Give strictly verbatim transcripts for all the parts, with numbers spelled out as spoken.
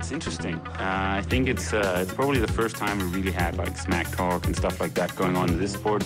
it's interesting. Uh, I think it's uh, it's probably the first time we really had like smack talk and stuff like that going on in this sport.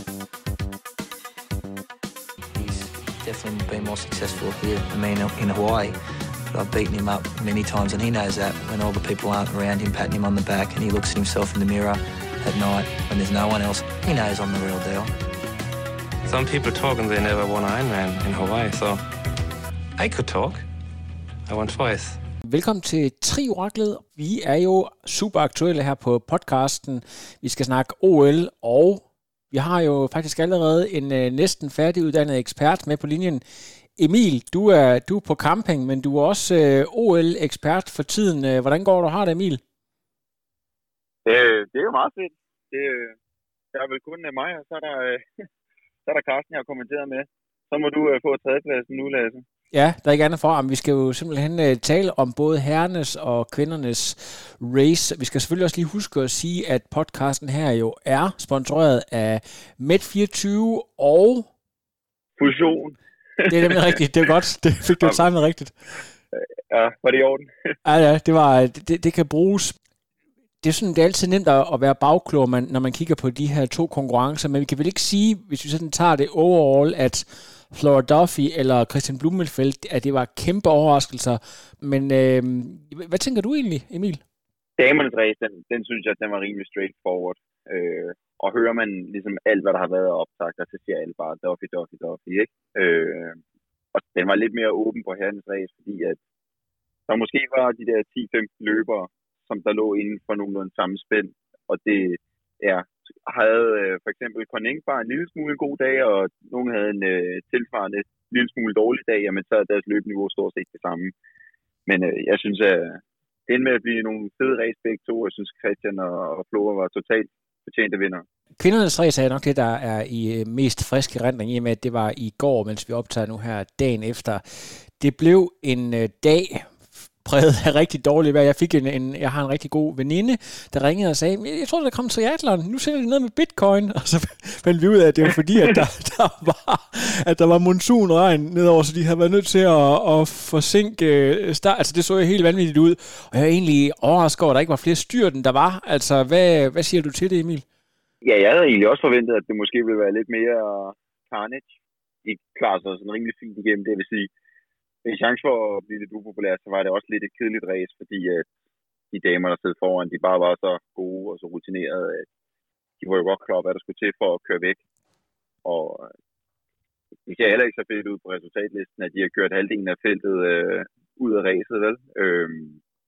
He's definitely been more successful here than me in Hawaii. But I've beaten him up many times, and he knows that when all the people aren't around him patting him on the back and he looks at himself in the mirror at night when there's no one else, he knows I'm the real deal. Some people talk and they never won Ironman in Hawaii, so I could talk. I won twice. Velkommen til Trioraklet. Vi er jo super aktuelle her på podcasten. Vi skal snakke O L, og vi har jo faktisk allerede en øh, næsten færdiguddannet ekspert med på linjen. Emil, du er, du er på camping, men du er også øh, O L-ekspert for tiden. Hvordan går du har det, Emil? Øh, det er jo meget fedt. Det, der er vel kun mig, og så er der, øh, så er der Carsten, jeg har kommenteret med. Så må du øh, få tredjepladsen nu, Lasse. Ja, der er ikke andet for. Vi skal jo simpelthen uh, tale om både herrenes og kvindernes race. Vi skal selvfølgelig også lige huske at sige, at podcasten her jo er sponsoreret af Med fireogtyve og... Fusion. Det er nemlig rigtigt. Det er godt. Det fik du timet rigtigt. Ja, var det i orden? Ja, ja, det, var, det, det kan bruges. Det er sådan, det er altid nemt at være bagklog, når man kigger på de her to konkurrencer, men vi kan vel ikke sige, hvis vi sådan tager det overall, at Flora Duffy eller Christian Blumenfeldt, at det var kæmpe overraskelser. Men øh, hvad tænker du egentlig, Emil? Damernes race, den, den synes jeg, den var rimelig straightforward. Øh, og hører man ligesom alt, hvad der har været optaget, så siger alle bare Duffy, Duffy, Duffy, ikke? Øh, og den var lidt mere åben på herrenes race, fordi at der måske var de der ti femten løbere, som der lå inden for nogenlunde samme spænd. Og det er, havde øh, for eksempel Corning bare en lille smule god dag, og nogen havde en øh, tilsvarende lille smule dårlig dag, jamen så er deres løbeniveau stort set det samme. Men øh, jeg synes, at det endte med at blive nogle fede race begge to. Jeg synes, Christian og, og Flora var totalt fortjente vinder. Kvindernes race er nok det, der er i mest frisk erindring, i og med, at det var i går, mens vi optager nu her dagen efter. Det blev en øh, dag præget af rigtig dårligt vejr. Jeg fik en, en, jeg har en rigtig god veninde, der ringede og sagde, jeg tror, der kom triathlon. Nu sætter de ned med bitcoin. Og så fandt vi ud af, at det var fordi, at der, der, var, at der var monsunregn nedover, så de havde været nødt til at, at forsinke start. Altså, det så jo helt vanvittigt ud. Og jeg er egentlig overrasket over, at der ikke var flere styr, end der var. Altså, hvad, hvad siger du til det, Emil? Ja, jeg havde egentlig også forventet, at det måske ville være lidt mere carnage. De klarer sig sådan rimelig fint igennem, det vil sige. En chance for at blive lidt upopulær, så var det også lidt et kedeligt race, fordi at de damer, der stod foran, de bare var så gode og så rutinerede, at de var jo godt klar, hvad der skulle til for at køre væk. Og det ser heller ikke så fedt ud på resultatlisten, at de har kørt halvdelen af feltet øh, ud af racet, vel? Øhm.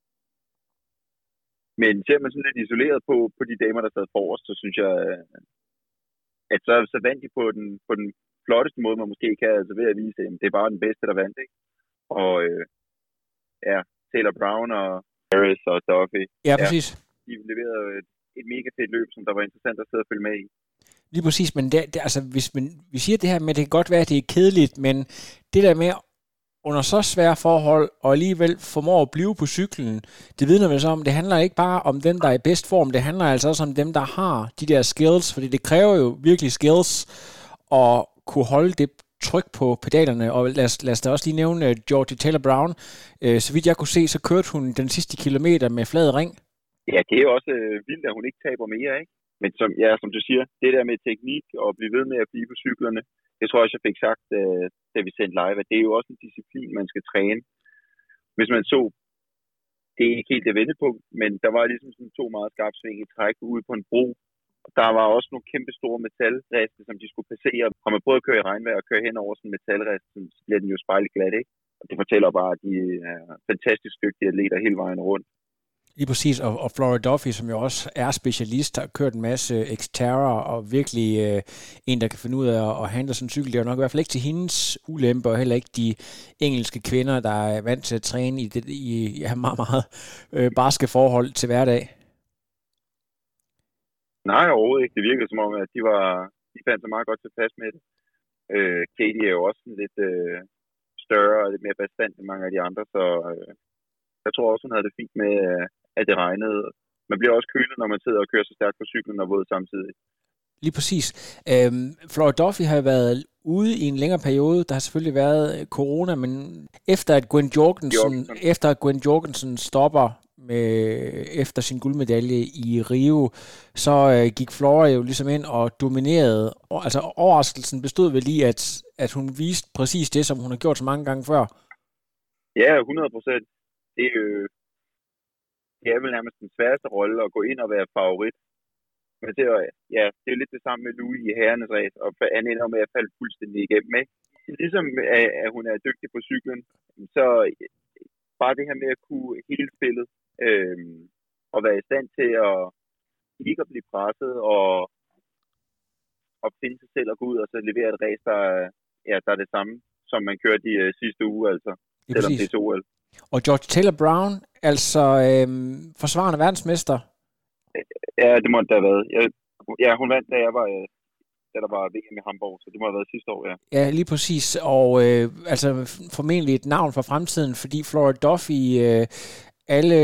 Men ser man sådan lidt isoleret på, på de damer, der sad forrest, så synes jeg, at så, så vandt de på den, på den flotteste måde, man måske kan, altså ved at vise, at det er bare den bedste, der vandt, ikke? Og øh, ja, Taylor Brown og Harris og Duffy. Ja, præcis. Ja, de leverede et, et mega fedt løb, som der var interessant at sidde og følge med i. Lige præcis, men det, det, altså, hvis man, vi siger det her med, at det kan godt være, at det er kedeligt, men det der med under så svære forhold, og alligevel formår at blive på cyklen, det vidner vel så om, det handler ikke bare om dem, der er i bedst form, det handler altså også om dem, der har de der skills, fordi det kræver jo virkelig skills at kunne holde det tryk på pedalerne, og lad os, lad os da også lige nævne uh, Georgie Taylor Brown. Uh, så vidt jeg kunne se, så kørte hun den sidste kilometer med flad ring. Ja, det er jo også uh, vildt, at hun ikke taber mere, ikke? Men som, ja, som du siger, det der med teknik og blive ved med at blive på cyklerne, det tror jeg også, jeg fik sagt, uh, da vi sendte live, at det er jo også en disciplin, man skal træne. Hvis man så, det er ikke helt det vendepunkt, men der var ligesom sådan to meget skarpe sving i træk ude på en bro. Der var også nogle kæmpe store metalreste, som de skulle passere. Og man både kører i regnvejr og kører hen over sådan en metalrest, så bliver den jo spejleglat, ikke? Og det fortæller bare, at de er fantastisk dygtige atleter hele vejen rundt. Lige præcis, og, og Flora Duffy, som jo også er specialist, har kørt en masse Xterra, og virkelig øh, en, der kan finde ud af at, at handle sådan en cykel. Det er jo nok i hvert fald ikke til hendes ulempe, og heller ikke de engelske kvinder, der er vant til at træne i, det, i ja, meget, meget øh, barske forhold til hverdag. Nej, overhovedet ikke. Det virkede som om, at de, var, de fandt sig meget godt tilpas med det. Øh, Katie er jo også lidt øh, større og lidt mere bestandt end mange af de andre, så øh, jeg tror også, hun havde det fint med, at det regnede. Man bliver også kølet, når man sidder og kører så stærkt på cyklen og våd samtidig. Lige præcis. Øhm, Flora Duffy har været ude i en længere periode. Der har selvfølgelig været corona, men efter at Gwen Jorgensen, Jorgensen. efter at Gwen Jorgensen stopper med, efter sin guldmedalje i Rio, så øh, gik Flora jo ligesom ind og dominerede. Og, altså overraskelsen bestod vel i, at, at hun viste præcis det, som hun har gjort så mange gange før. Ja, hundrede procent. Det, øh, det er vel nærmest den sværeste rolle at gå ind og være favorit. Men det er, ja, det er lidt det samme med Louis i herrenes race, og han ender med at falde fuldstændig igennem, ikke? Ligesom at hun er dygtig på cyklen, så bare det her med at kunne hele spillet, øh, og være i stand til at ikke at blive presset, og, og finde sig selv og gå ud og så levere et race, der, ja, der er det samme, som man kørte i uh, sidste uge, altså. Ja, selvom det er to L. Og George Taylor Brown, altså øh, forsvarende verdensmester. Ja, det må det have været. Jeg, ja, hun vandt, da jeg var, da der var V M i Hamburg, så det må have været sidste år, ja. Ja, lige præcis. Og øh, altså formentlig et navn for fremtiden, fordi Flora Duffy, øh, alle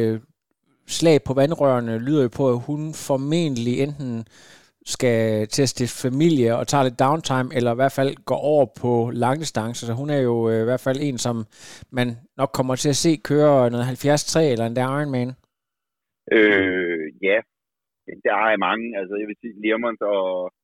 slag på vandrørene lyder jo på, at hun formentlig enten skal til at stifte familie og tager lidt downtime, eller i hvert fald går over på langdistance. Så hun er jo øh, i hvert fald en, som man nok kommer til at se køre noget halvfjerds tre eller en der Ironman. Øh, ja, der er mange. Altså, jeg vil sige, Learmonth og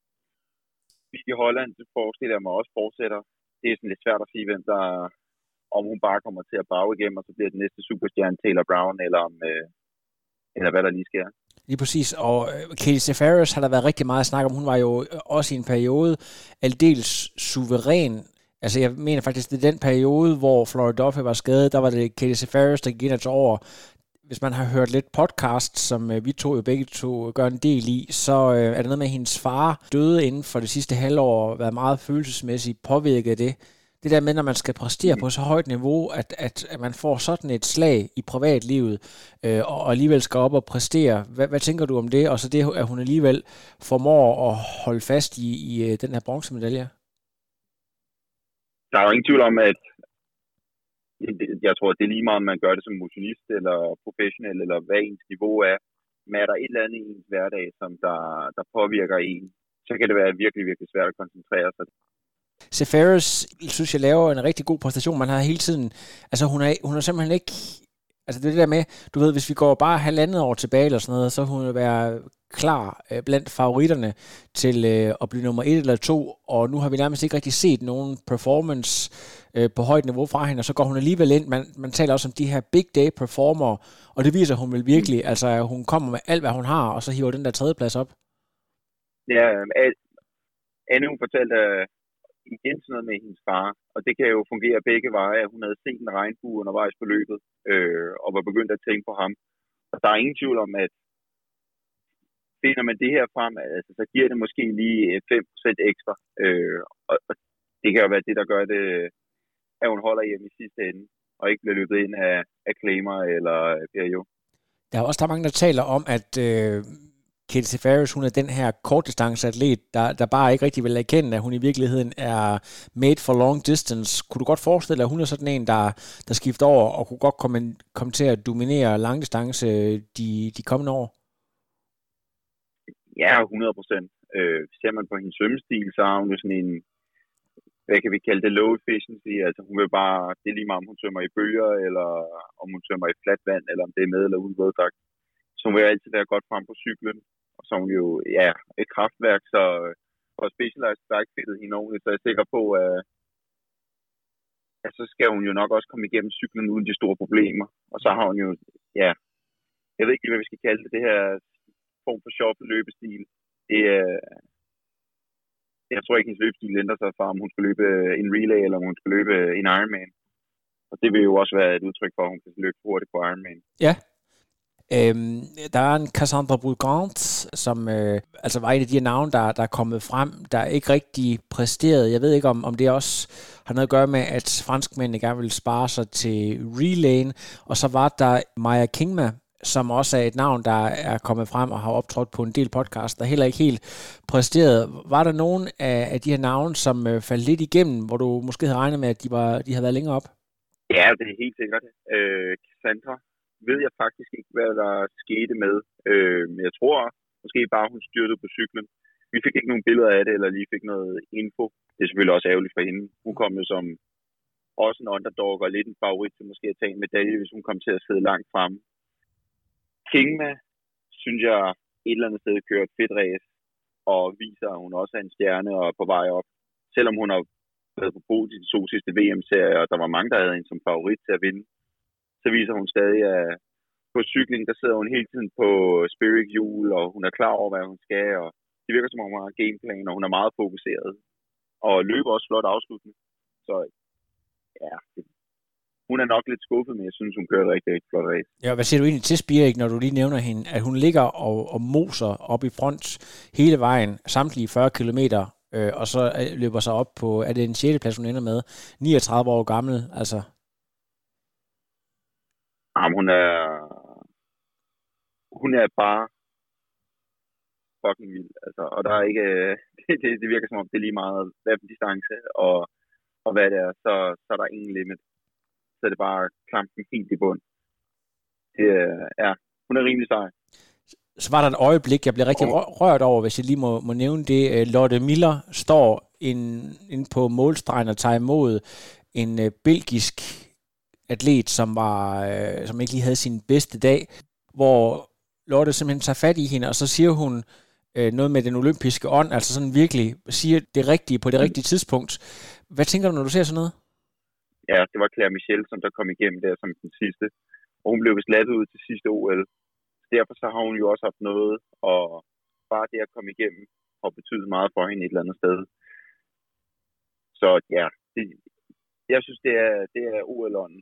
i Holland, det forestiller jeg mig også fortsætter. Det er sådan lidt svært at sige, hvem der, om hun bare kommer til at brage igennem, og så bliver den næste superstjerne Taylor Brown, eller om, øh, eller hvad der lige sker. Lige præcis, og Katie Zaferes har der været rigtig meget snak om. Hun var jo også i en periode aldeles suveræn. Altså jeg mener faktisk, det er den periode, hvor Flora Duffy var skadet, der var det Katie Zaferes, der gik ind og tog over. Hvis man har hørt lidt podcast, som vi to jo begge to gør en del i, så er der noget med, at hendes far døde inden for det sidste halvår, og været meget følelsesmæssigt påvirket af det. Det der med, når man skal præstere på så højt niveau, at, at, at man får sådan et slag i privatlivet, øh, og alligevel skal op og præstere. Hvad, hvad tænker du om det? Og så det, at hun alligevel formår at holde fast i, i den her bronzemedalje? Der er jo ingen tvivl om, at jeg tror, at det er lige meget, om man gør det som motionist eller professionel, eller hvad ens niveau er. Men er der et eller andet i ens hverdag, som der, der påvirker en, så kan det være virkelig, virkelig svært at koncentrere sig. Zaferes, synes jeg, laver en rigtig god præstation. Man har hele tiden, altså hun er, hun er simpelthen ikke, altså det der med, du ved, hvis vi går bare halvandet år tilbage eller sådan noget, så hun vil være klar øh, blandt favoritterne til øh, at blive nummer et eller to, og nu har vi nærmest ikke rigtig set nogen performance øh, på højt niveau fra hende, og så går hun alligevel ind. Man, man taler også om de her big day performer, og det viser hun vel virkelig, mm. altså hun kommer med alt, hvad hun har, og så hiver den der tredjeplads op. Ja, Anne, hun fortalte igen sådan noget med hendes far, og det kan jo fungere begge veje, at hun havde set en regnbue undervejs på løbet, øh, og var begyndt at tænke på ham. Og der er ingen tvivl om, at finder man det her frem, altså, så giver det måske lige fem procent ekstra, øh, og, og det kan jo være det, der gør det, at hun holder hjem i sidste ende, og ikke bliver løbet ind af, af Claimer eller P R O. Der er også der er mange, der taler om, at øh Katie Zaferes, hun er den her kortdistanceatlet, der, der bare ikke rigtig vil erkende, at hun i virkeligheden er made for long distance. Kunne du godt forestille dig, at hun er sådan en, der, der skifter over og kunne godt komme, komme til at dominere langdistance de, de kommende år? Ja, hundrede procent. Øh, ser man på hendes svømmestil, så har hun jo sådan en, hvad kan vi kalde det, low efficiency. Altså hun vil bare, det er lige meget, om hun svømmer i bølger, eller om hun svømmer i fladt vand, eller om det er med eller uden våddragt. Så hun vil altid være godt frem på cyklen. Og så er hun jo, ja, et kraftværk, så for Specialized Bikefittet hende ordentligt, så er jeg sikker på, at, at så skal hun jo nok også komme igennem cyklen uden de store problemer. Og så har hun jo, ja, jeg ved ikke, hvad vi skal kalde det, det her form for shoppet løbestil. Det er, jeg tror ikke, hendes løbestil ændrer sig fra, om hun skal løbe en relay, eller om hun skal løbe en Ironman. Og det vil jo også være et udtryk for, at hun kan løbe hurtigt på Ironman. Ja. Øhm, der er en Cassandra Brugant, som øh, altså var en af de her navne, der, der er kommet frem, der ikke rigtig præsterede. Jeg ved ikke, om, om det også har noget at gøre med, at franskmændene gerne ville spare sig til relayen. Og så var der Maja Kingma, som også er et navn, der er kommet frem og har optrådt på en del podcast, der heller ikke helt præsterede. Var der nogen af, af de her navne, som øh, faldt lidt igennem, hvor du måske havde regnet med, at de, var, de havde været længere op? Ja, det er helt sikkert. Øh, Cassandra ved jeg faktisk ikke, hvad der skete med. Øh, jeg tror måske bare, hun styrtede på cyklen. Vi fik ikke nogen billeder af det, eller lige fik noget info. Det er selvfølgelig også ærgerligt for hende. Hun kom jo som også en underdog og lidt en favorit til måske at tage en medalje, hvis hun kom til at sidde langt fremme. Kingma, synes jeg, et eller andet sted kører et fedt race, og viser, at hun også er en stjerne og er på vej op. Selvom hun har været på podiet i de to sidste V M-serier, og der var mange, der havde hende som favorit til at vinde, så viser hun stadig, at på cykling, der sidder hun hele tiden på spirit-hjul, og hun er klar over, hvad hun skal, og det virker som om, hun har en gameplan, og hun er meget fokuseret. Og løber også flot afslutning. Så ja, hun er nok lidt skuffet, men jeg synes, hun kører rigtig, rigtig flot race. Ja, hvad siger du egentlig til Spirik, når du lige nævner hende, at hun ligger og, og moser op i front hele vejen, samtlige fyrre kilometer, øh, og så løber sig op på, er det en sjette plads, hun ender med, niogtredive år gammel, altså? Jamen, hun er, hun er bare fucking vild, altså, og der er ikke, det, det, det virker som om, det er lige meget, hvad for distance, og, og hvad det er, så, så er der ingen limit. Så er det bare klampen helt i bund. Det, ja, hun er rimelig sej. Så var der et øjeblik, jeg blev rigtig rørt over, hvis jeg lige må, må nævne det. Lotte Miller står inde på målstregen og tager imod en uh, belgisk atlet, som, var, uh, som ikke lige havde sin bedste dag, hvor Lotte simpelthen tager fat i hende, og så siger hun uh, noget med den olympiske ånd, altså sådan virkelig siger det rigtige på det mm. rigtige tidspunkt. Hvad tænker du, når du ser sådan noget? Ja, det var Claire Michel, som der kom igennem der som den sidste. Og hun blev vist ladet ud til sidste O L. Derfor så har hun jo også haft noget, og bare det at komme igennem har betydet meget for hende et eller andet sted. Så ja, det, jeg synes, det er, det er O L-ånden.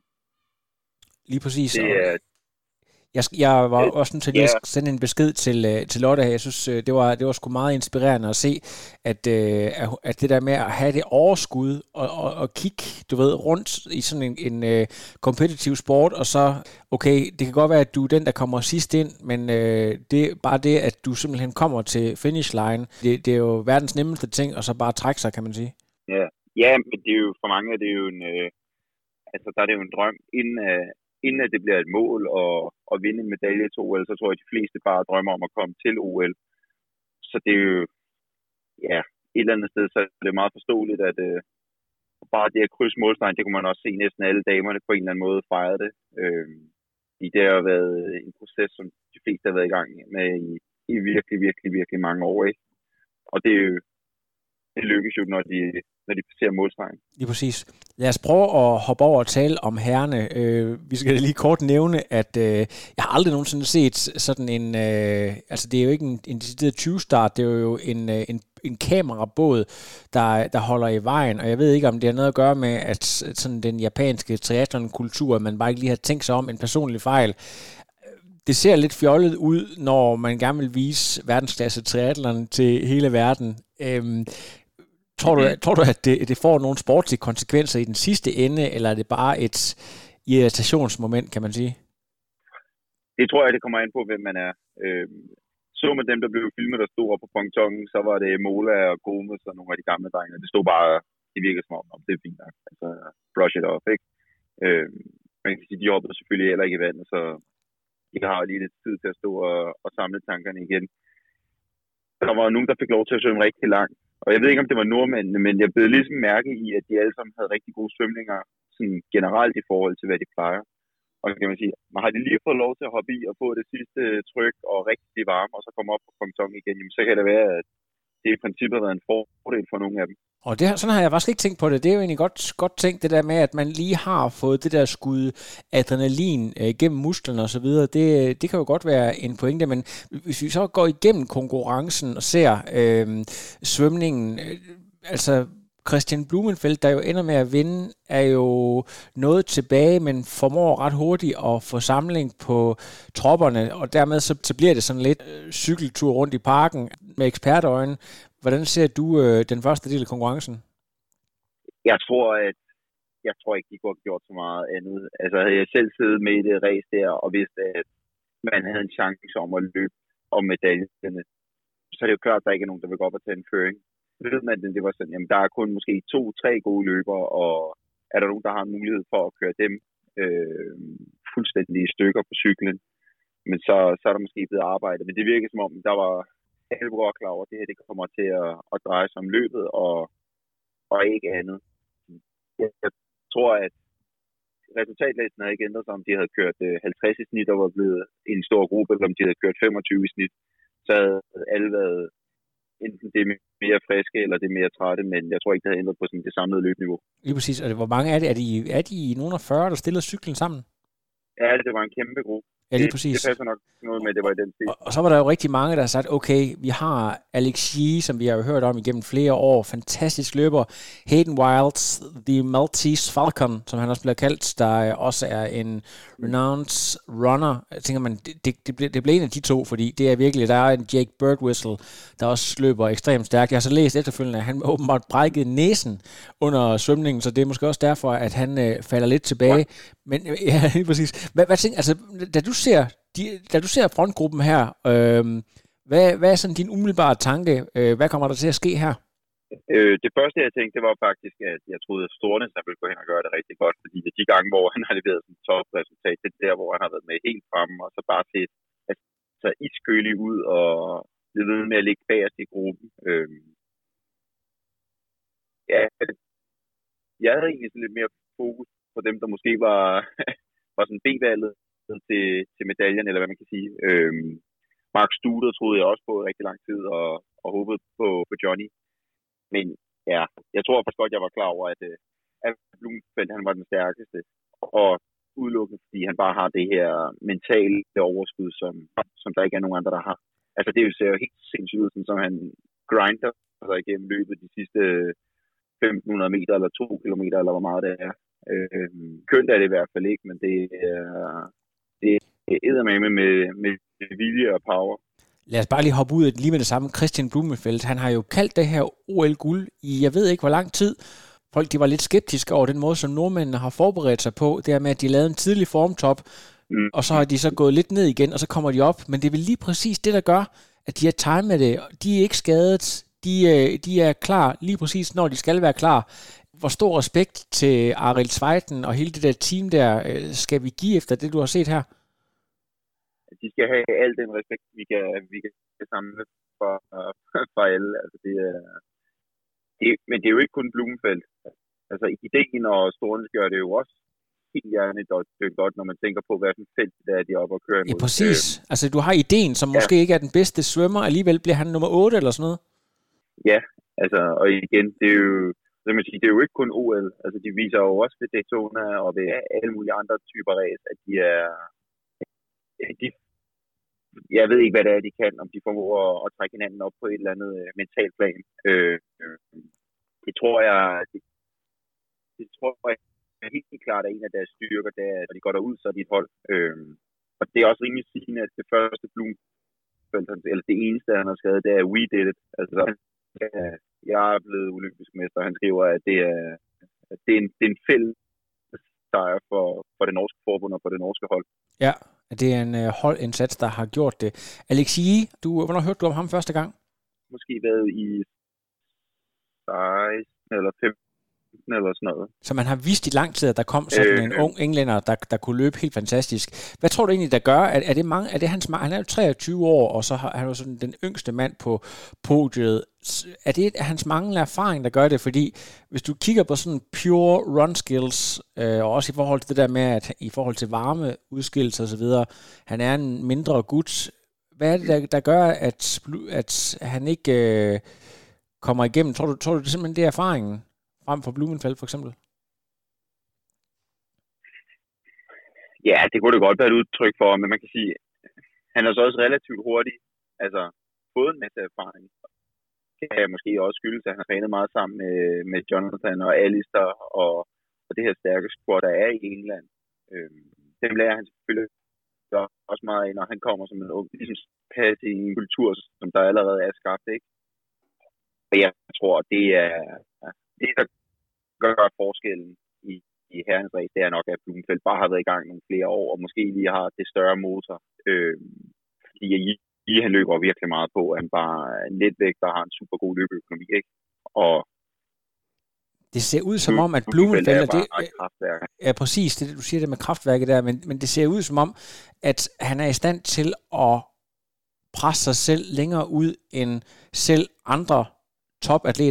Lige præcis. Det er, Jeg, jeg var også nødt til at yeah. sende en besked til, til Lotte her. Jeg synes, det var, det var sgu meget inspirerende at se, at, at det der med at have det overskud og, og, og kigge, du ved, rundt i sådan en, en uh, kompetitiv sport, og så, okay, det kan godt være, at du er den, der kommer sidst ind, men uh, det er bare det, at du simpelthen kommer til finish line. Det, det er jo verdens nemmeste ting, og så bare trække sig, kan man sige. Ja, yeah. ja, men det er jo for mange, det er jo en, øh, altså der er det jo en drøm, inden øh, inden at det bliver et mål og, og vinde en medalje til O L, så tror jeg, at de fleste bare drømmer om at komme til O L. Så det er jo, ja, et eller andet sted, så er det meget forståeligt, at øh, bare det at krydse målstregen, det kunne man også se næsten alle damerne på en eller anden måde fejre det. Øh, det har været en proces, som de fleste har været i gang med i, i virkelig, virkelig, virkelig mange år, ikke? Og det er jo, det lykkes jo, når de, når de passerer målstregen. Lige præcis. Lad os prøve at hoppe over og tale om herrene. Øh, vi skal lige kort nævne, at øh, jeg har aldrig nogensinde set sådan en, øh, altså det er jo ikke en, en decideret tyve-start, det er jo en, øh, en, en kamerabåd, der, der holder i vejen, og jeg ved ikke, om det har noget at gøre med, at sådan den japanske triathlon-kultur, man bare ikke lige har tænkt sig om en personlig fejl. Det ser lidt fjollet ud, når man gerne vil vise verdensklasse triathlon til hele verden. Øhm, Tror du, tror du, at det, det får nogle sportslige konsekvenser i den sidste ende, eller er det bare et irritationsmoment, kan man sige? Det tror jeg, det kommer an på, hvem man er. Øh, så med dem, der blev filmet, der stod op på pontongen, så var det Mola og Gomes og nogle af de gamle drenge. Det stod bare, det virkede som om, det er fint nok. Altså, brush it off, ikke? Øh, man kan sige, de hoppede selvfølgelig heller ikke i vandet, så de har lige lidt tid til at stå og, og samle tankerne igen. Der var nogen, der fik lov til at svømme rigtig langt. Og jeg ved ikke, om det var nordmændene, men jeg blev ligesom mærke i, at de alle sammen havde rigtig gode svømninger, sådan generelt i forhold til, hvad de plejer. Og så kan man sige, man har de lige fået lov til at hoppe i og få det sidste tryk og rigtig varme, og så komme op på ponton igen, jamen, så kan det være, at det i princippet har været en fordel for nogle af dem. Og det, sådan har jeg faktisk ikke tænkt på det. Det er jo egentlig godt, godt tænkt, det der med, at man lige har fået det der skud adrenalin øh, gennem musklerne osv. Det, det kan jo godt være en pointe, men hvis vi så går igennem konkurrencen og ser øh, svømningen, øh, altså Christian Blumenfeldt, der jo ender med at vinde, er jo noget tilbage, men formår ret hurtigt at få samling på tropperne, og dermed så, så bliver det sådan lidt øh, cykeltur rundt i parken med ekspertøjne. Hvordan ser du øh, den første del af konkurrencen? Jeg tror, at jeg tror ikke, de kunne have gjort så meget andet. Altså, havde jeg selv siddet med i det race der, og vidste, at man havde en chance om at løbe om medaljerne, så er det jo klart, at der ikke er nogen, der vil gå op og tage en føring. Ved man, det var sådan, jamen, der er kun måske to-tre gode løbere, og er der nogen, der har en mulighed for at køre dem øh, fuldstændig i stykker på cyklen, men så, så er der måske blevet arbejdet. Men det virker som om, der var alle var klar over, at det her det kommer til at, at dreje sig om løbet, og, og ikke andet. Jeg, jeg tror, at resultatlisten havde ikke ændret sig, om de havde kørt øh, halvtreds i snit og var blevet en stor gruppe, eller om de havde kørt femogtyve i snit. Så havde alle været enten det mere friske, eller det mere trætte, men jeg tror ikke, det havde ændret på sådan det samlede løbniveau. Lige præcis. Og hvor mange er det? Er de, er de nogen af fyrre, der stillede cyklen sammen? Ja, det var en kæmpe gruppe. Ja, lige præcis. Det, det passer nok noget med, det var i den stil. Og, og så var der jo rigtig mange, der har sagt, okay, vi har Alex Yee, som vi har jo hørt om igennem flere år, fantastisk løber. Hayden Wilds, The Maltese Falcon, som han også bliver kaldt, der også er en renowned runner. Jeg tænker man, det, det, det, bliver, det bliver en af de to, fordi det er virkelig, der er en Jake Birdwhistle, der også løber ekstremt stærkt. Jeg har så læst efterfølgende, at han åbenbart brækkede næsen under svømningen, så det er måske også derfor, at han øh, falder lidt tilbage. Ja. Men ja, lige præcis. Hvad, hvad tænker, altså, da du ser De, da du ser frontgruppen her, øh, hvad, hvad er sådan din umiddelbare tanke? Øh, hvad kommer der til at ske her? Øh, det første, jeg tænkte, det var faktisk, at jeg troede, at Stornes ville gå hen og gøre det rigtig godt, fordi det de gange, hvor han har leveret sådan et topresultat, det er der, hvor han har været med helt fremme, og så bare set altså, iskølig ud og blive ved med at ligge bagerst i gruppen. Øh, ja, jeg havde egentlig sådan lidt mere fokus på dem, der måske var, var sådan B-valget til, til medaljen, eller hvad man kan sige. Øhm, Mark Studer troede jeg også på rigtig lang tid, og, og håbede på, på Johnny. Men ja, jeg tror faktisk godt, jeg var klar over, at, at Blumfeldt, han var den stærkeste. Og udelukkende, fordi han bare har det her mentale overskud, som, som der ikke er nogen andre, der har. Altså det ser jo helt sindssygt ud, som han grinder sig igennem løbet de sidste femten hundrede meter, eller to kilometer, eller hvor meget det er. Øhm, kønt er det i hvert fald ikke, men det er... Det er eddermame med, med vilje og power. Lad os bare lige hoppe ud lige med det samme. Christian Blumenfeldt, han har jo kaldt det her O L-guld i, jeg ved ikke hvor lang tid. Folk de var lidt skeptiske over den måde, som nordmændene har forberedt sig på. Det er med, at de lavede en tidlig formtop, mm. og så har de så gået lidt ned igen, og så kommer de op. Men det er vel lige præcis det, der gør, at de har timet det. De er ikke skadet. De, de er klar lige præcis, når de skal være klar. Hvor stor respekt til Arild Zweiten og hele det der team der skal vi give efter det, du har set her? De skal have al den respekt, vi kan, vi kan samle for, for alle. Altså det er, det, men det er jo ikke kun Blumenfeldt. Altså ideen og Stornes gør det jo også helt gerne godt, når man tænker på, hvad for et felt der er de oppe og kører imod. Ja, præcis. Øh, altså du har ideen, som ja. Måske ikke er den bedste svømmer, alligevel bliver han nummer otte eller sådan noget? Ja, altså og igen, det er jo Så man siger, det er jo ikke kun O L. Altså, de viser jo også ved Daytona og ved alle mulige andre typer race, at de er... De, jeg ved ikke, hvad det er, de kan, om de formår at, at trække hinanden op på et eller andet mentalt plan. Øh, det tror jeg... Det, det tror jeg helt klart er en af deres styrker, der, når de går derud, så er de et hold. Øh, og det er også rimelig sigende, at det første Blumfeldt, eller det eneste, han har skrevet, det er We Did It. Altså, jeg er blevet olympisk mester. Han skriver, at det er, at det er en, det er en fælles sejr for, for det norske forbund og for det norske hold. Ja, det er en uh, holdindsats, der har gjort det. Alex Yee, du, hvornår hørte du om ham første gang? Måske været i seksten eller femten eller sådan noget. Så man har vidst i lang tid, at der kom sådan øh, en ung englænder, der, der kunne løbe helt fantastisk. Hvad tror du egentlig, der gør? Er, er det mange, er det hans, han er jo treogtyve år, og så har han jo sådan den yngste mand på podiet. Er det hans manglende erfaring, der gør det? Fordi hvis du kigger på sådan pure run skills, øh, og også i forhold til det der med, at i forhold til varme udskillelser og så videre, han er en mindre gut. Hvad er det, der, der gør, at, at han ikke øh, kommer igennem? Tror du, tror du det er simpelthen det er erfaringen? Frem for Blumenfeldt for eksempel? Ja, det kunne det godt være et udtryk for, men man kan sige, han er så også relativt hurtig, altså fået en masse erfaring. Det kan måske også skyldes, at han har trænet meget sammen med, med Jonathan og Alistair og, og det her stærke squad, der er i England. Øhm, dem lærer han selvfølgelig også meget af, når han kommer som en ung, ligesom passe i en kultur, som der allerede er skabt, ikke? Og jeg tror, det er det, der gør forskellen i, i herrens race, det er nok, at Blumenfeldt bare har været i gang nogle flere år, og måske lige har det større motor. Øh, fordi I, han løber virkelig meget på, at han bare er en letvægt, der har en super god løbeøkonomi, ikke? Og det ser ud som om, at Blumenfeldt er det... Ja, præcis, det du siger det med kraftværket der, men, men det ser ud som om, at han er i stand til at presse sig selv længere ud, end selv andre topatleter er.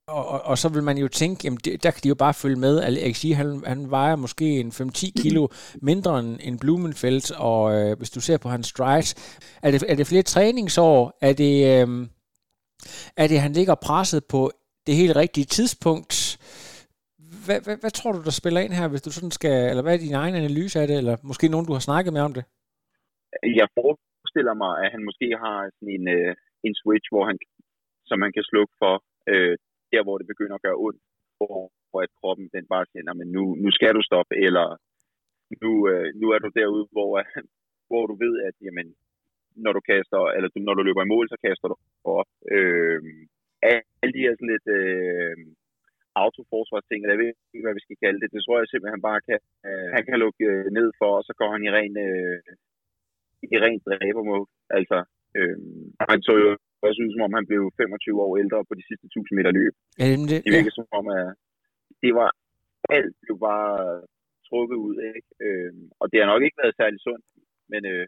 Og, og, og så vil man jo tænke, jamen det, der kan de jo bare følge med. Alexis, han, han vejer måske en fem til ti kilo mindre end, end Blumenfeldt, og øh, hvis du ser på hans strides, er det, er det flere træningsår? Er det, øh, er det, han ligger presset på det helt rigtige tidspunkt? Hvad, hvad, hvad tror du, der spiller ind her, hvis du sådan skal, eller hvad er din egen analyse af det, eller måske nogen, du har snakket med om det? Jeg forestiller mig, at han måske har sådan en, øh, en switch, hvor han, som man kan slukke for, øh, der hvor det begynder at gøre ondt, hvor, hvor at kroppen den bare siger, men nu, nu skal du stoppe, eller nu, øh, nu er du derude, hvor, hvor du ved, at jamen, når du kaster, eller når du løber i mål, så kaster du op. Øh, alle de her sådan lidt øh, autoforsvarsting, eller jeg ved ikke, hvad vi skal kalde det, det tror jeg simpelthen han bare kan, øh, han kan lukke ned for, og så går han i ren, øh, i ren dræbermode. Altså, øh, han så jo også ud, som om han blev femogtyve år ældre på de sidste tusind meter løb. Ja, det, det virker ja. som om, at det var alt blev bare trukket ud, ikke? Øh, og det har nok ikke været særlig sundt, men øh,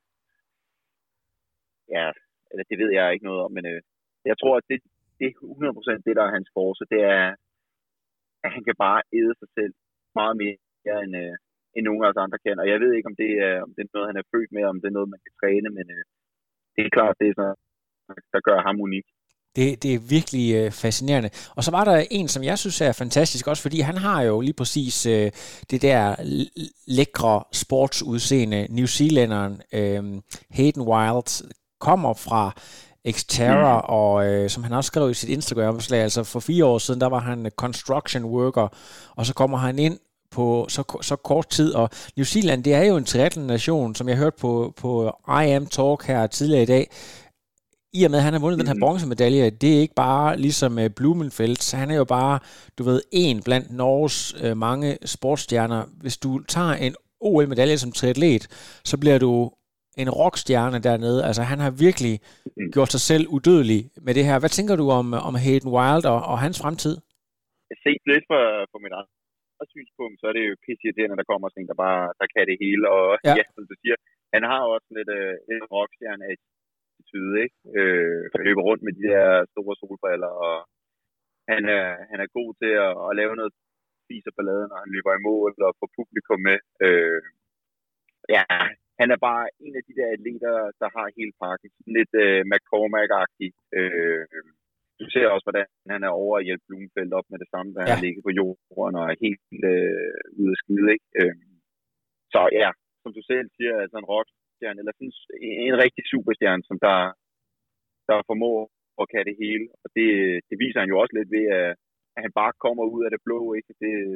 ja, eller det ved jeg ikke noget om, men øh, jeg tror, at det, det er hundrede procent det, der er hans force, det er, at han kan bare æde sig selv meget mere, end, øh, end nogen af os andre kan. Og jeg ved ikke, om det er, om det er noget, han er født med, om det er noget, man kan træne, men øh, det er klart, det er sådan, der gør ham unik. Det, det er virkelig øh, fascinerende. Og så var der en, som jeg synes er fantastisk, også fordi han har jo lige præcis øh, det der lækre sportsudseende. New Zealanderen øh, Hayden Wilde kommer fra Xterra, mm. og øh, som han også skrev i sit Instagram-opslag, altså for fire år siden, der var han construction worker, og så kommer han ind på så, så kort tid, og New Zealand, det er jo en triathlon-nation, som jeg hørte på, på I Am Talk her tidligere i dag. I og med, at han har vundet mm. den her bronzemedalje, det er ikke bare ligesom uh, Blumenfeldt, han er jo bare, du ved, en blandt Norges uh, mange sportsstjerner. Hvis du tager en O L-medalje som triatlet, så bliver du en rockstjerne dernede. Altså, han har virkelig mm. gjort sig selv udødelig med det her. Hvad tænker du om, om Hayden Wilde og, og hans fremtid? Jeg ser lidt for, for mit eget synspunkt, så er det jo pisseirriterende, der kommer sådan en, der bare der kan det hele. Og ja, ja som du siger, han har også lidt uh, en rockstjerne af tyde, ikke? Øh, han løber rundt med de der store solbriller, og han er, han er god til at, at lave noget fis og ballade, når han løber i mål og får publikum med. Øh, ja, han er bare en af de der atleter, der har hele pakken. Lidt uh, McCormack-agtig. Øh, du ser også, hvordan han er over at hjælpe Blumenfeldt op med det samme, da ja. han ligger på jorden og er helt øh, ude af skide, ikke? Øh, så ja, som du selv siger, altså en rock eller sådan en rigtig superstjerne, som der, der formår at kan det hele. Og det, det viser han jo også lidt ved, at han bare kommer ud af det blå, ikke? Det er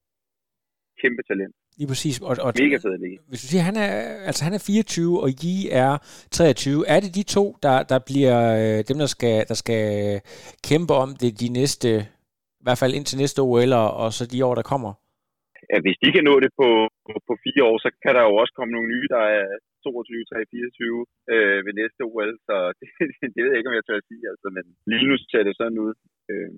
kæmpe talent. Lige præcis. Og, og mega fed lige. Hvis du siger, han er, altså han er fireogtyve, og Yi er treogtyve. Er det de to, der, der bliver dem, der skal, der skal kæmpe om det de næste, i hvert fald indtil næste O L, og så de år, der kommer? Ja, hvis de kan nå det på, på, på fire år, så kan der jo også komme nogle nye, der er toogtyve, treogtyve, fireogtyve øh, ved næste O L, så det, det ved jeg ikke, om jeg tør at sige, altså, men lige nu ser det sådan ud. Øh,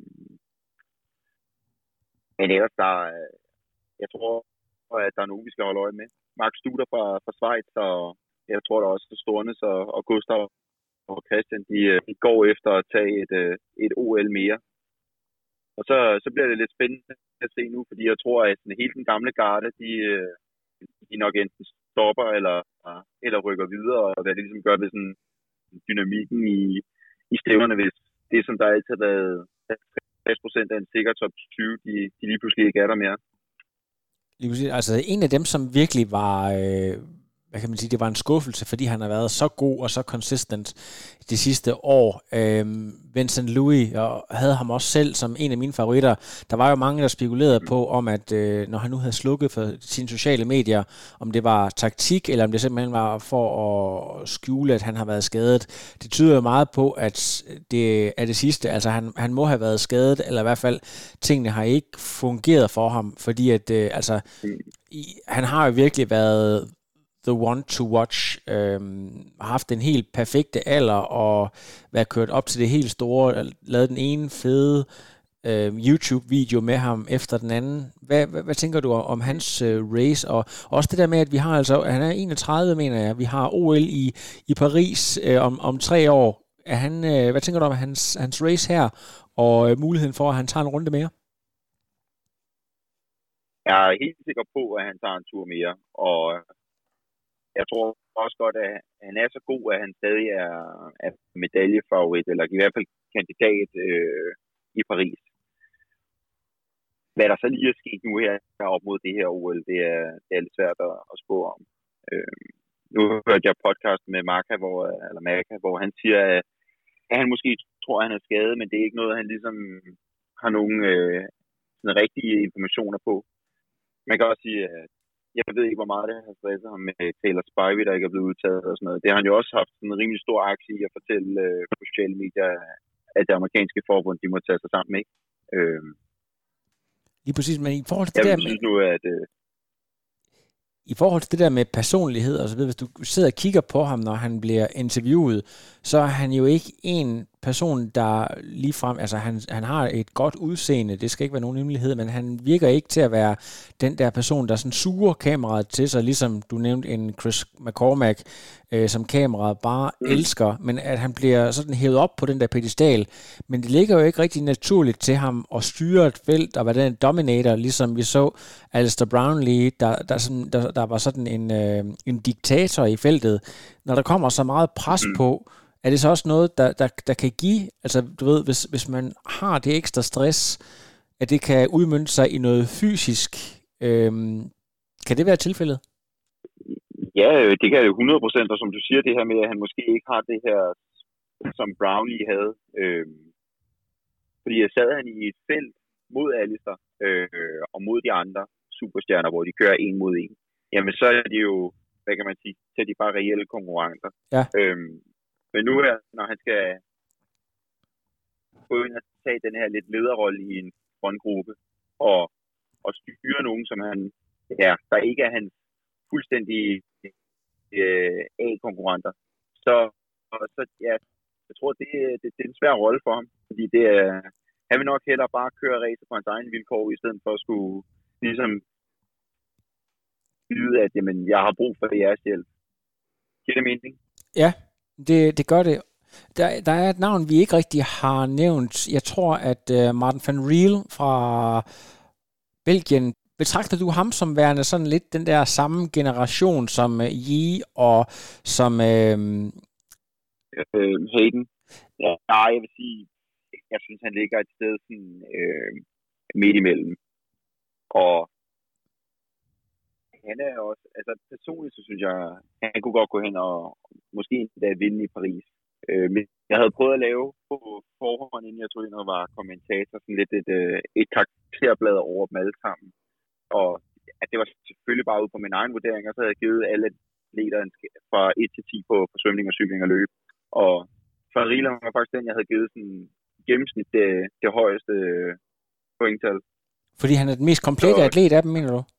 men ellers, der, jeg tror, at der er nogen, vi skal holde øje med. Mark Studer fra, fra Schweiz, og jeg tror, der er også Stornes og, og Gustav og Christian, de, de går efter at tage et, et O L mere. Og så, så bliver det lidt spændende at se nu, fordi jeg tror, at hele den gamle garde, de, de nok enten stopper eller, eller rykker videre, og hvad det ligesom gør ved sådan dynamikken i, i stævnerne, hvis det, som der altid har været tres procent af en sikker top tyve, de, de lige pludselig ikke er der mere. Altså en af dem, som virkelig var... Øh hvad kan man sige, det var en skuffelse, fordi han har været så god og så consistent de sidste år. Øhm, Vincent Louis, og havde ham også selv som en af mine favoritter. Der var jo mange, der spekulerede på, om at øh, når han nu havde slukket for sine sociale medier, om det var taktik, eller om det simpelthen var for at skjule, at han har været skadet. Det tyder jo meget på, at det er det sidste. Altså han, han må have været skadet, eller i hvert fald tingene har ikke fungeret for ham, fordi at øh, altså, i, han har jo virkelig været the one to watch, øhm, har haft den helt perfekte alder og været kørt op til det helt store, lavet den ene fede øhm, YouTube-video med ham efter den anden. Hvad, hvad, hvad tænker du om hans øh, race? Og også det der med, at vi har altså, han er enogtredive, mener jeg, vi har O L i, i Paris øh, om, om tre år. Er han, øh, hvad tænker du om hans, hans race her, og øh, muligheden for, at han tager en runde mere? Jeg er helt sikker på, at han tager en tur mere, og jeg tror også godt, at han er så god, at han stadig er, er medaljefavorit, eller i hvert fald kandidat øh, i Paris. Hvad der så lige er sket nu her op mod det her O L, det er, det er lidt svært at, at spå om. Øh, nu hørte jeg podcast med Marca, hvor, eller Marca, hvor han siger, at han måske tror, at han er skadet, men det er ikke noget, han ligesom har nogen øh, sådan rigtige informationer på. Man kan også sige, at jeg ved ikke, hvor meget det har stresset ham med Taylor Spivey, der ikke er blevet udtaget og sådan noget. Det har han jo også haft en rimelig stor aktie i at fortælle øh, på sociale medier, at det amerikanske forbund, de må tage sig sammen, ikke? Øh, Lige præcis, men i forhold til jeg det der synes med... nu, at... Øh, I forhold til det der med personlighed og så videre, hvis du sidder og kigger på ham, når han bliver interviewet, så er han jo ikke en person, der ligefrem, altså han, han har et godt udseende, det skal ikke være nogen hemmelighed, men han virker ikke til at være den der person, der sådan suger kameraet til sig, ligesom du nævnte en Chris McCormack, øh, som kameraet bare mm. elsker, men at han bliver sådan hævet op på den der pedestal, men det ligger jo ikke rigtig naturligt til ham at styre et felt og være den dominator, ligesom vi så Alistair Brownlee, der, der, sådan, der, der var sådan en, øh, en diktator i feltet. Når der kommer så meget pres mm. på, er det så også noget, der, der, der kan give, altså du ved, hvis, hvis man har det ekstra stress, at det kan udmønte sig i noget fysisk, øhm, kan det være tilfældet? Ja, det kan jo hundrede procent, og som du siger, det her med, at han måske ikke har det her, som Brownlee havde. Øhm, fordi jeg sad han i et felt mod Alistair øh, og mod de andre superstjerner, hvor de kører en mod en. Jamen så er de jo, hvad kan man sige, så er de bare reelle konkurrenter. Ja. Øhm, Men nu her, når han skal gå ind og tage den her lidt lederrolle i en frontgruppe og, og styre nogen, som han, ja, der ikke er hans fuldstændig øh, A-konkurrenter, så, så ja, jeg tror, det, det, det er en svær rolle for ham, fordi det er, han vil nok hellere bare køre racer på hans egen vilkår, i stedet for at skulle ligesom vide, at jamen, jeg har brug for jeres hjælp. Giver det mening? Ja. Det, det gør det. Der, der er et navn, vi ikke rigtig har nævnt. Jeg tror, at uh, Martin van Riel fra Belgien, betragter du ham som værende sådan lidt den der samme generation som uh, Yi og som... Uh... Øh, Hayden? Ja, nej, jeg vil sige, jeg synes, han ligger et sted sådan, øh, midt imellem. Og han er også, altså personligt, så synes jeg, han kunne godt gå hen og måske endda vinde i Paris. Øh, men jeg havde prøvet at lave på forhånd, inden jeg tog ind og var kommentator, sådan lidt et, et karakterblad over dem alle sammen. Og at det var selvfølgelig bare ud på min egen vurdering, og så havde jeg givet alle atleter fra et til ti på, på svømning og cykling og løb. Og for Rila var faktisk den, jeg havde givet sådan gennemsnit det, det højeste pointtal. Fordi han er den mest komplette så, atlet af dem, mener du?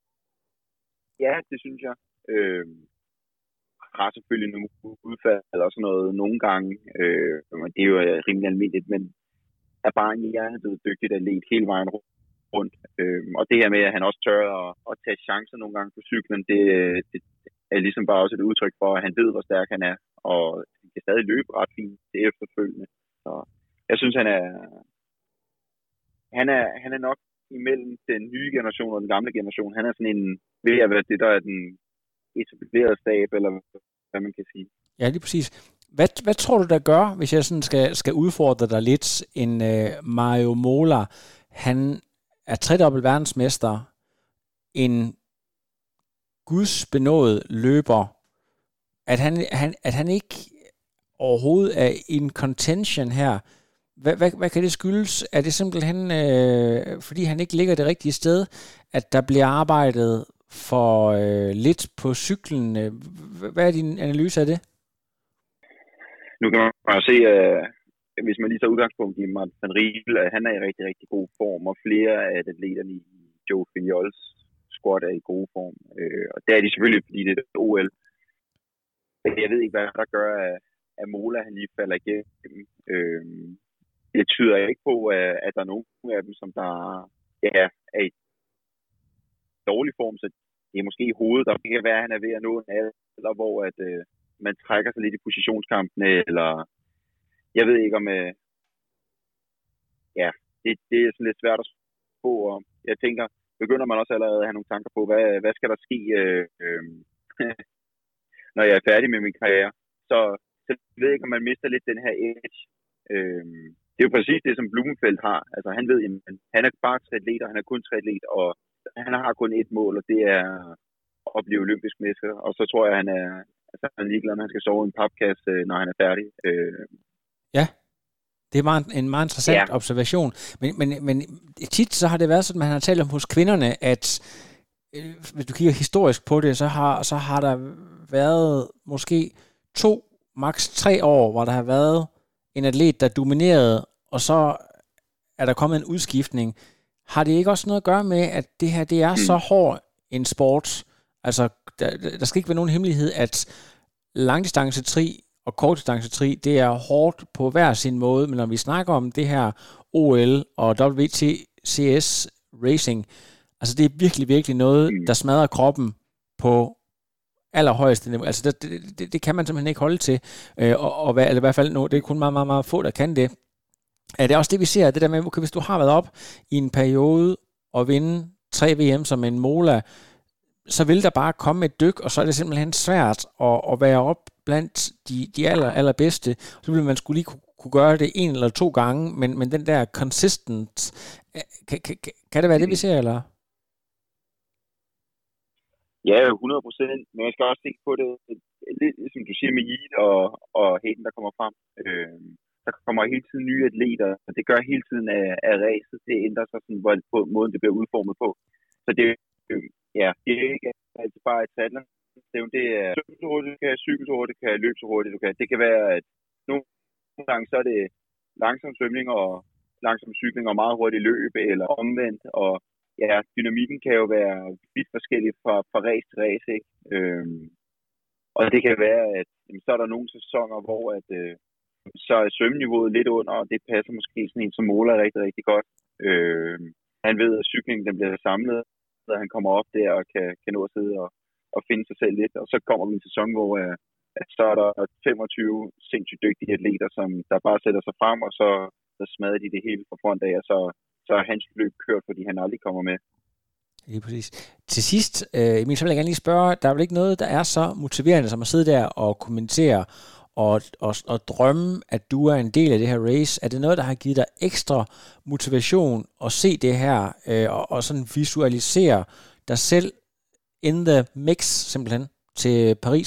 Ja, det synes jeg. Øh, har selvfølgelig nogle udfald eller sådan noget nogle gange. Øh, det er jo rimelig almindeligt, men er bare en hjernedød dygtigt atlet hele vejen rundt. Øh, og det her med, at han også tør at, at tage chancer nogle gange på cyklen, det, det er ligesom bare også et udtryk for, at han ved, hvor stærk han er. Og han kan stadig løbe ret fint det efterfølgende. Så jeg synes, han er, han er, han er nok imellem den nye generation og den gamle generation. Han er sådan en, ved at være det, der er den etablerede stab, eller hvad man kan sige. Ja, lige præcis. Hvad, hvad tror du, der gør, hvis jeg sådan skal, skal udfordre dig lidt, en uh, Mario Mola? Han er tredobbelt verdensmester, en gudsbenået løber, at han, han, at han ikke overhovedet er in contention her. Hvad, hvad, hvad kan det skyldes? Er det simpelthen, øh, fordi han ikke ligger det rigtige sted, at der bliver arbejdet for øh, lidt på cyklen? Hvad er din analyse af det? Nu kan man jo se, at hvis man lige tager udgangspunkt i Martin van Riel, at han er i rigtig, rigtig god form, og flere af atleterne i Joe Fignols squad er i god form. Og det er de selvfølgelig, fordi det er O L. Jeg ved ikke, hvad der gør, at Mola han lige falder igennem. Det tyder ikke på, at der er nogen af dem, som der ja, er i dårlig form, så det er måske i hovedet. Der kan være, at han er ved at nå en alder, hvor at, øh, man trækker sig lidt i positionskampene, eller jeg ved ikke om, øh, ja, det, det er sådan lidt svært at spå om. Jeg tænker, begynder man også allerede at have nogle tanker på, hvad, hvad skal der ske, øh, øh, når jeg er færdig med min karriere. Så, så jeg ved ikke, om man mister lidt den her edge. Øh, det er jo præcis det, som Blumenfeldt har. Altså han ved, at han er bare triatlet, og han er kun triatlet, og han har kun et mål, og det er at blive olympisk mester. Og så tror jeg, han er, altså, han er ligeglad, at han skal sove i en papkasse, når han er færdig. Øh, ja. Det er meget, en meget interessant ja. observation. Men, men, men tit så har det været sådan, at man har talt om hos kvinderne, at øh, hvis du kigger historisk på det, så har, så har der været måske to, maks tre år, hvor der har været en atlet, der dominerede, og så er der kommet en udskiftning. Har det ikke også noget at gøre med, at det her det er mm. så hård en sport? Altså, der, der skal ikke være nogen hemmelighed, at langdistancetri og kortdistancetri, det er hårdt på hver sin måde, men når vi snakker om det her O L og W T C S Racing, altså det er virkelig, virkelig noget, der smadrer kroppen på allerhøjeste niveau. Altså det, det, det kan man simpelthen ikke holde til, øh, og, og eller i hvert fald nu, det er kun meget, meget, meget få, der kan det. Er det også det, vi ser, det der med, okay, hvis du har været op i en periode og vinde tre V M som en Mola, så vil der bare komme et dyk, og så er det simpelthen svært at, at være op blandt de, de aller, allerbedste. Så vil man skulle lige kunne, kunne gøre det en eller to gange, men, men den der consistent, kan, kan, kan det være det, vi ser, eller? Ja, hundrede procent, men jeg skal også tænke på det, lidt som du siger med Yeat og, og Hayden, der kommer frem. Øh, der kommer hele tiden nye atleter, og det gør hele tiden, at, at racet, det ændrer sig sådan, på måden, det bliver udformet på. Så det ja, det er ikke altså bare et talent. Det er svømme så hurtigt, du kan cykle så hurtigt, du kan løbe så hurtigt, du kan. Det kan være, at nogle gange så er det langsom svømning og langsom cykling og meget hurtigt løb, eller omvendt. Og ja, dynamikken kan jo være vidt forskellig fra, fra race til race, ikke? Øhm, og det kan være, at jamen, så er der nogle sæsoner, hvor at, øh, så er svømmeniveauet lidt under, og det passer måske sådan en som Mola rigtig, rigtig godt. Øhm, han ved, at cyklingen den bliver samlet, så han kommer op der og kan, kan nå at sidde og, og finde sig selv lidt. Og så kommer vi en sæson, hvor uh, at så er der femogtyve sindssygt dygtige atleter, som der bare sætter sig frem, og så, så smadrer de det hele fra front af, og så, så er hans løb kørt, fordi han aldrig kommer med. Lige præcis. Til sidst, øh, Emil, så vil jeg gerne lige spørge, der er vel ikke noget, der er så motiverende, som at sidde der og kommentere og, og, og drømme, at du er en del af det her race? Er det noget, der har givet dig ekstra motivation at se det her, øh, og, og sådan visualisere dig selv in the mix, simpelthen, til Paris?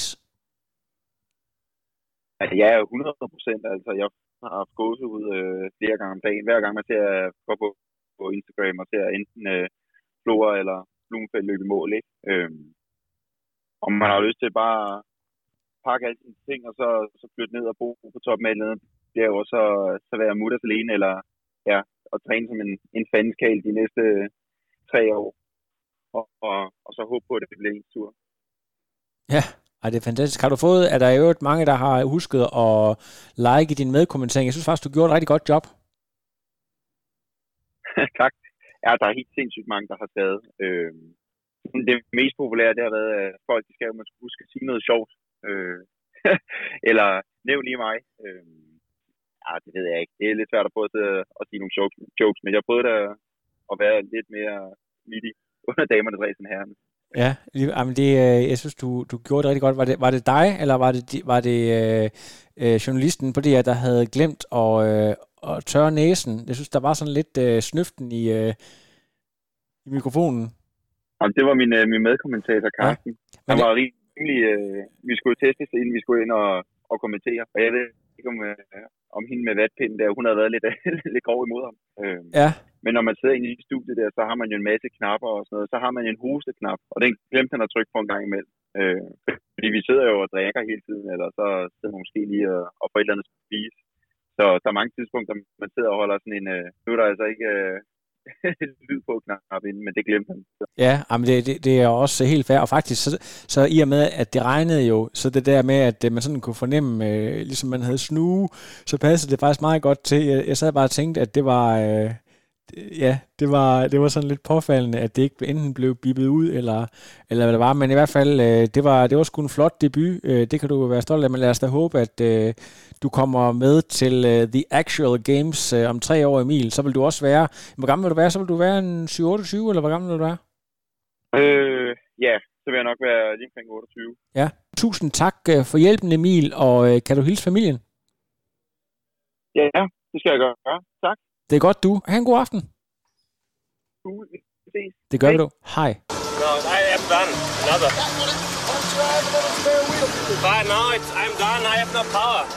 Altså, jeg er hundrede procent, altså jeg har haft gåsehud øh, flere gange om dagen. Hver gang man ser, går på, på Instagram og ser enten øh, Flora eller Blumenfeldt løbe i mål, ikke? Øhm, og man har lyst til bare pakke alle sine ting, og så, så flytte ned og bo på toppen af et eller andet. Det er jo også så være mutters alene, eller ja, og træne som en, en fanskal de næste tre år. Og, og, og så håbe på, at det bliver en tur. Ja, ej, det er fantastisk. Har du fået, er der jo mange, der har husket at like din medkommentering? Jeg synes faktisk, du gjorde et rigtig godt job. Tak. Ja, der er helt sindssygt mange, der har taget. Øh, det mest populære, det har været, at folk de skal jo man skal huske at sige noget sjovt. Øh, eller nævn lige mig. Øh, ja, det ved jeg ikke. Det er lidt svært at prøve at sige nogle jokes, men jeg prøvede da at være lidt mere midt under damernes race end herrerne. Ja, jamen det, jeg synes, du, du gjorde det rigtig godt. Var det, var det dig, eller var det, var det øh, øh, journalisten på D R, der havde glemt at, øh, at tørre næsen? Jeg synes, der var sådan lidt øh, snøften i, øh, i mikrofonen. Jamen, det var min, øh, min medkommentator, Carsten. Ja. Han var rimelig... Øh, vi skulle testes, inden vi skulle ind og, og kommentere. Og jeg ved ikke, om, øh, om hende med vatpinden der, hun havde været lidt, lidt grov imod ham. Øh, ja. Men når man sidder inde i studiet der, så har man jo en masse knapper og sådan noget. Så har man en hosteknap, og den glemte han at trykke på en gang imellem. Øh, fordi vi sidder jo og drikker hele tiden, eller så sidder man måske lige og, og får et eller andet spise. Så der er mange tidspunkter, man sidder og holder sådan en... Øh, nu er der altså ikke øh, lyd på knap inden, men det glemte han. Ja, men det, det, det er også helt fair. Og faktisk, så, så i og med, at det regnede jo, så det der med, at man sådan kunne fornemme, øh, ligesom man havde snue, så passede det faktisk meget godt til. Jeg, jeg sad bare og tænkte, at det var... Øh, ja, det var, det var sådan lidt påfaldende, at det ikke enten blev bippet ud, eller, eller hvad det var, men i hvert fald, øh, det, var, det var sgu en flot debut, øh, det kan du være stolt af, men lad os da håbe, at øh, du kommer med til øh, The Actual Games øh, om tre år, Emil, så vil du også være, hvor gammel vil du være, så vil du være en syv otteogtyve, eller hvor gammel vil du være? Øh, ja, så vil jeg nok være lige omkring otteogtyve. Ja, tusind tak øh, for hjælpen, Emil, og øh, kan du hilse familien? Ja, det skal jeg gøre. Tak. Det er godt, du. Ha' en god aften. Cool. Vi ses. Det gør vi du. Hej. No, I am done. Another. But no, it's, I'm done. I have no power.